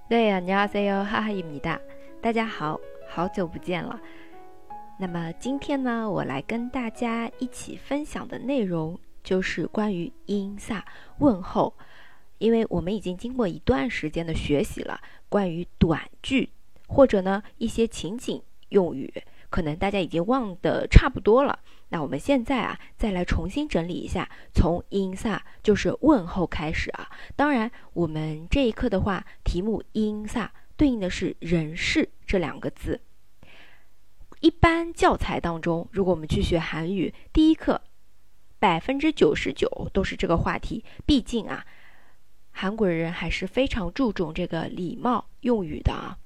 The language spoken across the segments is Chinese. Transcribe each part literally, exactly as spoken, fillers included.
对안녕하세요 하하입니다。大家好，好久不见了。那么今天呢，我来跟大家一起分享的内容就是关于인사问候。因为我们已经经过一段时间的学习了，关于短句或者呢一些情景用语，可能大家已经忘得差不多了。那我们现在啊，再来重新整理一下，从인사就是问候开始啊。当然，我们这一课的话，题目인사对应的是人事这两个字。一般教材当中，如果我们去学韩语，第一课百分之九十九都是这个话题。毕竟啊，韩国人还是非常注重这个礼貌用语的啊。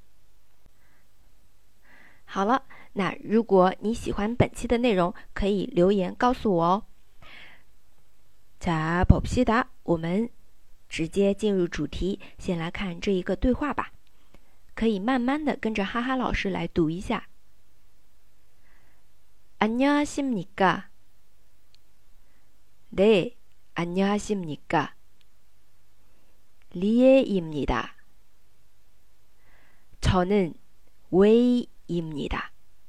好了，那如果你喜欢本期的内容，可以留言告诉我哦。자 봅시다，我们直接进入主题，先来看这一个对话吧。可以慢慢的跟着哈哈老师来读一下。안녕하십니까？ 네， 안녕하십니까？ 리에입니다。 저는 웨이입니다。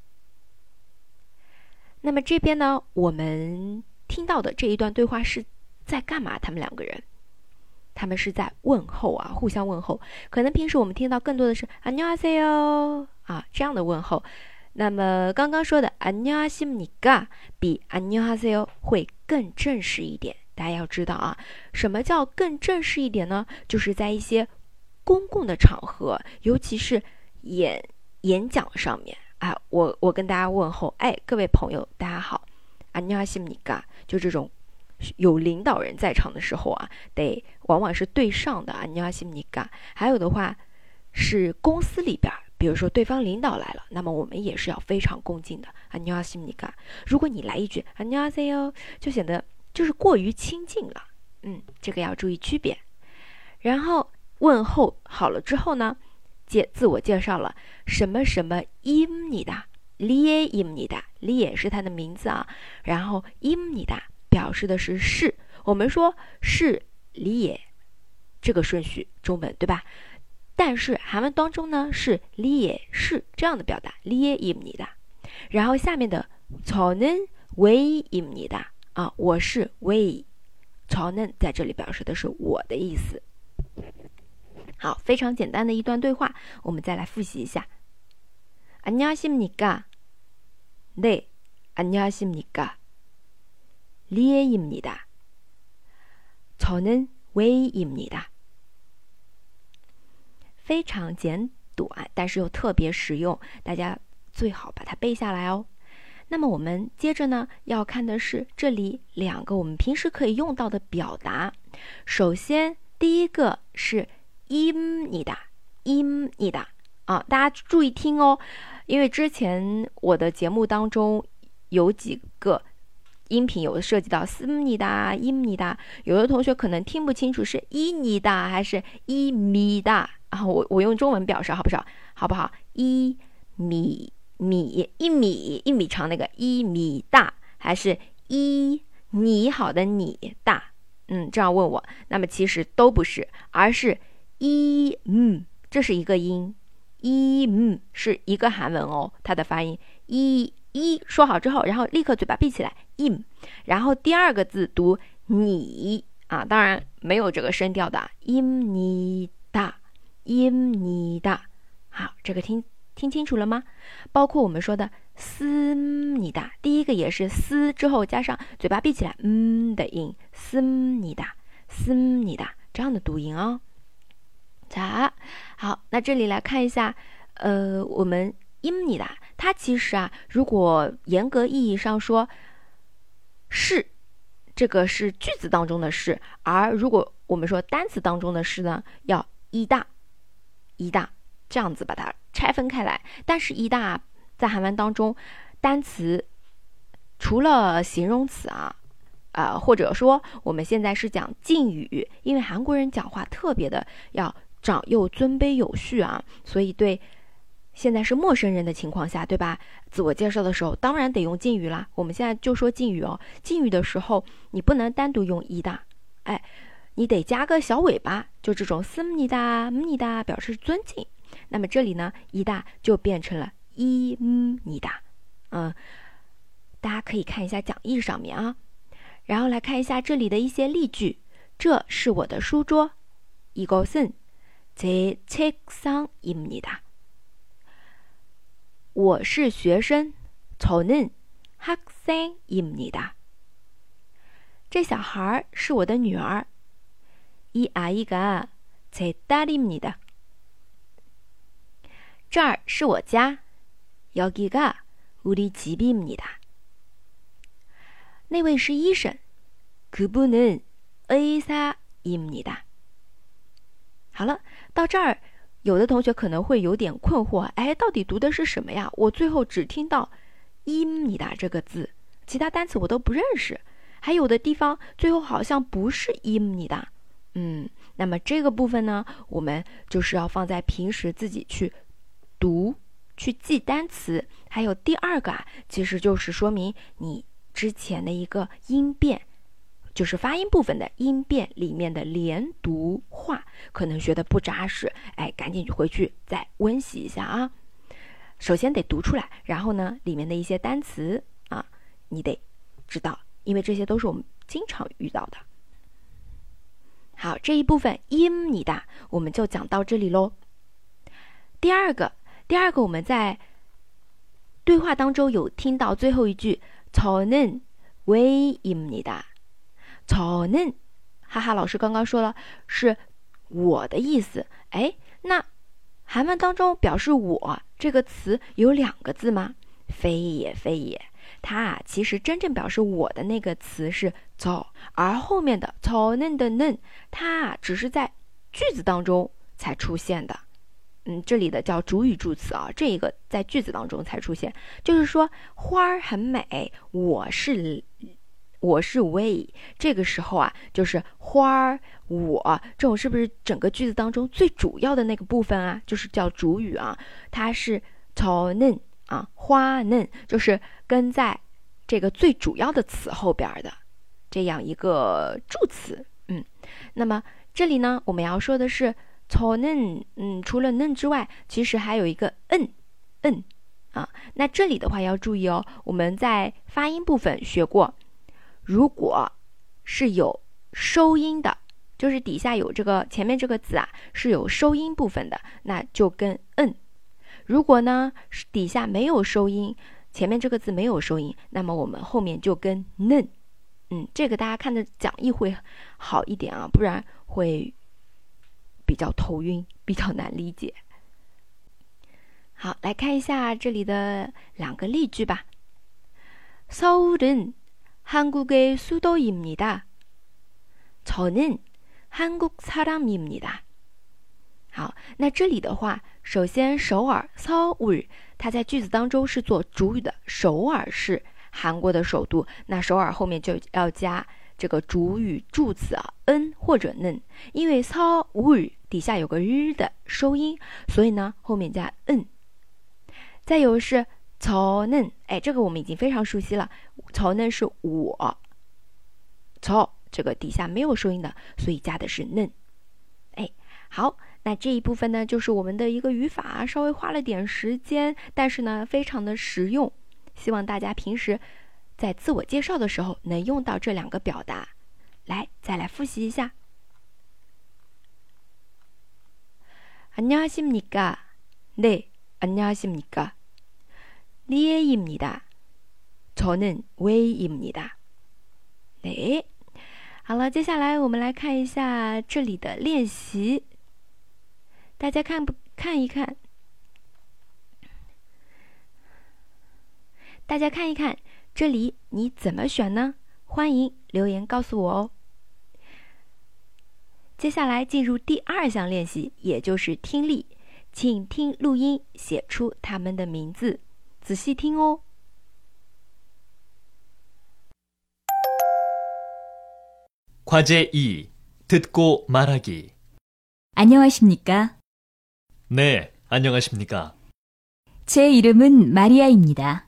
那么这边呢，我们听到的这一段对话是在干嘛？他们两个人，他们是在问候啊，互相问候。可能平时我们听到更多的是안녕하세요啊这样的问候。那么刚刚说的안녕하십니까比안녕하세요会更正式一点。大家要知道啊，什么叫更正式一点呢？就是在一些公共的场合，尤其是演演讲上面啊，我我跟大家问候，哎，各位朋友，大家好，안녕하십니까，就这种有领导人在场的时候啊，得往往是对上的안녕하십니까。还有的话是公司里边，比如说对方领导来了，那么我们也是要非常恭敬的안녕하십니까。如果你来一句안녕하세요，就显得就是过于亲近了，嗯，这个要注意区别。然后问候好了之后呢，介自我介绍了什么什么입니다， 리에입니다， 리에是他的名字啊，然后입니다表示的是是，我们说是리에这个顺序中文对吧？但是韩文当中呢是리에是这样的表达리에입니다。然后下面的저는 웨이입니다啊，我是웨이，저는在这里表示的是我的意思。好，非常简单的一段对话，我们再来复习一下。안녕하십니까？ 네， 안녕하십니까？ 리에입니다。 저는 웨이입니다。 非常简短，但是又特别实用，大家最好把它背下来哦。那么我们接着呢，要看的是这里两个我们平时可以用到的表达。首先，第一个是입니다， 입니다啊，大家注意听哦，因为之前我的节目当中有几个音频有涉及到씁니다、입니다，有的同学可能听不清楚是이니다还是이미다啊，我我用中文表示好不好？好不好？一米米一米一米长那个一米大，还是一你好的你大？嗯，这样问我，那么其实都不是，而是一嗯，这是一个音，一嗯是一个韩文哦，它的发音一一说好之后，然后立刻嘴巴闭起来 im， 然后第二个字读你啊，当然没有这个声调的 im니다 im니다。好，这个听听清楚了吗？包括我们说的씁니다，第一个也是스之后加上嘴巴闭起来嗯的音，씁니다 씁니다这样的读音哦。자，好，那这里来看一下，呃，我们입니다，它其实啊，如果严格意义上说，是这个是句子当中的是，而如果我们说单词当中的是呢，要一大一大这样子把它拆分开来。但是一大在韩文当中，单词除了形容词啊。呃，或者说我们现在是讲敬语，因为韩国人讲话特别的要长幼尊卑有序啊，所以对现在是陌生人的情况下，对吧？自我介绍的时候当然得用敬语啦。我们现在就说敬语哦，敬语的时候你不能单独用一大，哎， 你得加个小尾巴，就这种思密达、密达表示尊敬。那么这里呢，一大就变成了伊姆尼达。嗯，大家可以看一下讲义上面啊，然后来看一下这里的一些例句。这是我的书桌，이것은 제 책상입니다。我是学生，저는 학생입니다。这小孩是我的女儿，이 아이가 제 딸입니다。这儿是我家，여기가 우리 집입니다。那位是医生，그분은 의사입니다。好了，到这儿，有的同学可能会有点困惑，哎，到底读的是什么呀？我最后只听到입니다这个字，其他单词我都不认识。还有的地方最后好像不是입니다。嗯，那么这个部分呢，我们就是要放在平时自己去读、去记单词。还有第二个啊，其实就是说明你之前的一个音变，就是发音部分的音变里面的连读话，可能学的不扎实，哎，赶紧回去再温习一下啊。首先得读出来，然后呢，里面的一些单词啊，你得知道，因为这些都是我们经常遇到的。好，这一部分입니다我们就讲到这里咯。第二个，第二个我们在对话当中有听到最后一句저는 왜입니다。저는，哈哈老师刚刚说了是我的意思，哎，那韩文当中表示我这个词有两个字吗？非也非也，它啊其实真正表示我的那个词是저，而后面的저는的는，它啊只是在句子当中才出现的。嗯，这里的叫主语助词啊，这个在句子当中才出现，就是说花儿很美，我是我是为，这个时候啊，就是花儿我这种是不是整个句子当中最主要的那个部分啊，就是叫主语啊，它是저는啊，花는就是跟在这个最主要的词后边的这样一个助词。嗯，那么这里呢，我们要说的是저는，嗯，除了는之外，其实还有一个은，은啊。那这里的话要注意哦，我们在发音部分学过，如果是有收音的，就是底下有这个前面这个字啊是有收音部分的，那就跟은。如果呢底下没有收音，前面这个字没有收音，那么我们后面就跟는。嗯，这个大家看的讲义会好一点啊，不然会比较头晕，比较难理解。好，来看一下这里的两个例句吧。서울은한국의 수도입니다. 저는 한국 사람입니다.好，那这里的话，首先首尔 서울 它在句子当中是做主语的，首尔是韩国的首都，那首尔后面就要加这个主语助词啊，n或者는，因为서울底下有个日的收音，所以呢后面加은。再有是저는，哎，这个我们已经非常熟悉了，저는是我，저这个底下没有收音的，所以加的是는。哎，好，那这一部分呢就是我们的一个语法，稍微花了点时间，但是呢非常的实用，希望大家平时在自我介绍的时候能用到这两个表达。来，再来复习一下。안녕하십니까？ 네， 안녕하십니까？ 리에입니다. 저는 웨이입니다. 네， 好了，接下来我们来看一下这里的练习，大家看不看一看？大家看一看，这里你怎么选呢？欢迎留言告诉我哦。接下来进入第二项练习，也就是听力，请听录音，写出他们的名字，仔细听哦。 과제 이. 듣고 말하기. 안녕하십니까? 네, 안녕하십니까? 제 이름은 마리아입니다.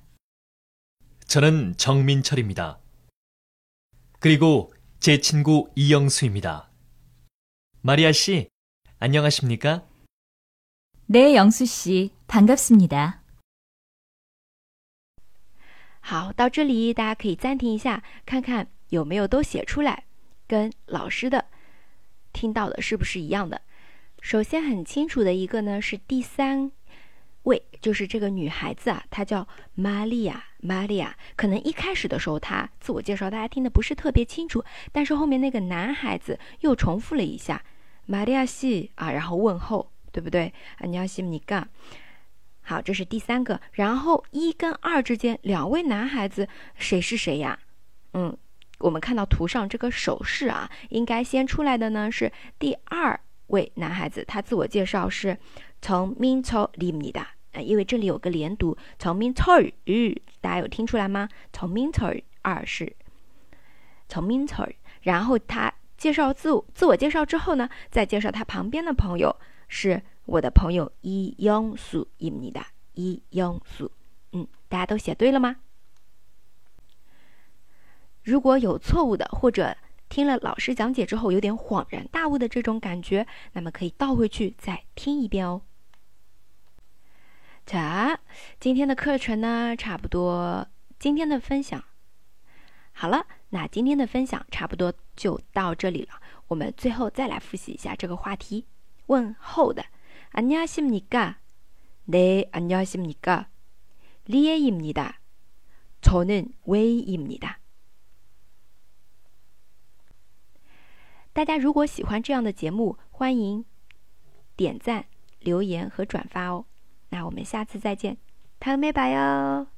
저는 정민철입니다. 그리고 제 친구 이영수입니다. 마리아 씨, 안녕하십니까? 네, 영수 씨. 반갑습니다. 好，到这里大家可以暂停一下，看看有没有都写出来，跟老师的听到的是不是一样的。首先很清楚的一个呢是第三位，就是这个女孩子啊，她叫玛利亚，玛利亚。可能一开始的时候她自我介绍大家听的不是特别清楚，但是后面那个男孩子又重复了一下玛利亚西啊，然后问候，对不对？안녕하십니까？好，这是第三个。然后一跟二之间两位男孩子谁是谁呀？嗯，我们看到图上这个手势啊，应该先出来的呢是第二位男孩子，他自我介绍是정민철입니다。因为这里有个连读정민철，大家有听出来吗？정민철二是정민철，然后他介绍自我自我介绍之后呢，再介绍他旁边的朋友是我的朋友이영수입니다。이영수，嗯，大家都写对了吗？如果有错误的，或者听了老师讲解之后有点恍然大悟的这种感觉，那么可以倒回去再听一遍哦。자，今天的课程呢，差不多今天的分享好了，那今天的分享差不多就到这里了。我们最后再来复习一下这个话题，问候的안녕하십니까？ 네, 안녕하십니까？ 리에입니다。 저는 웨이입니다。 大家如果喜欢这样的节目，欢迎点赞、留言和转发哦。那我们下次再见，다음에 봐요。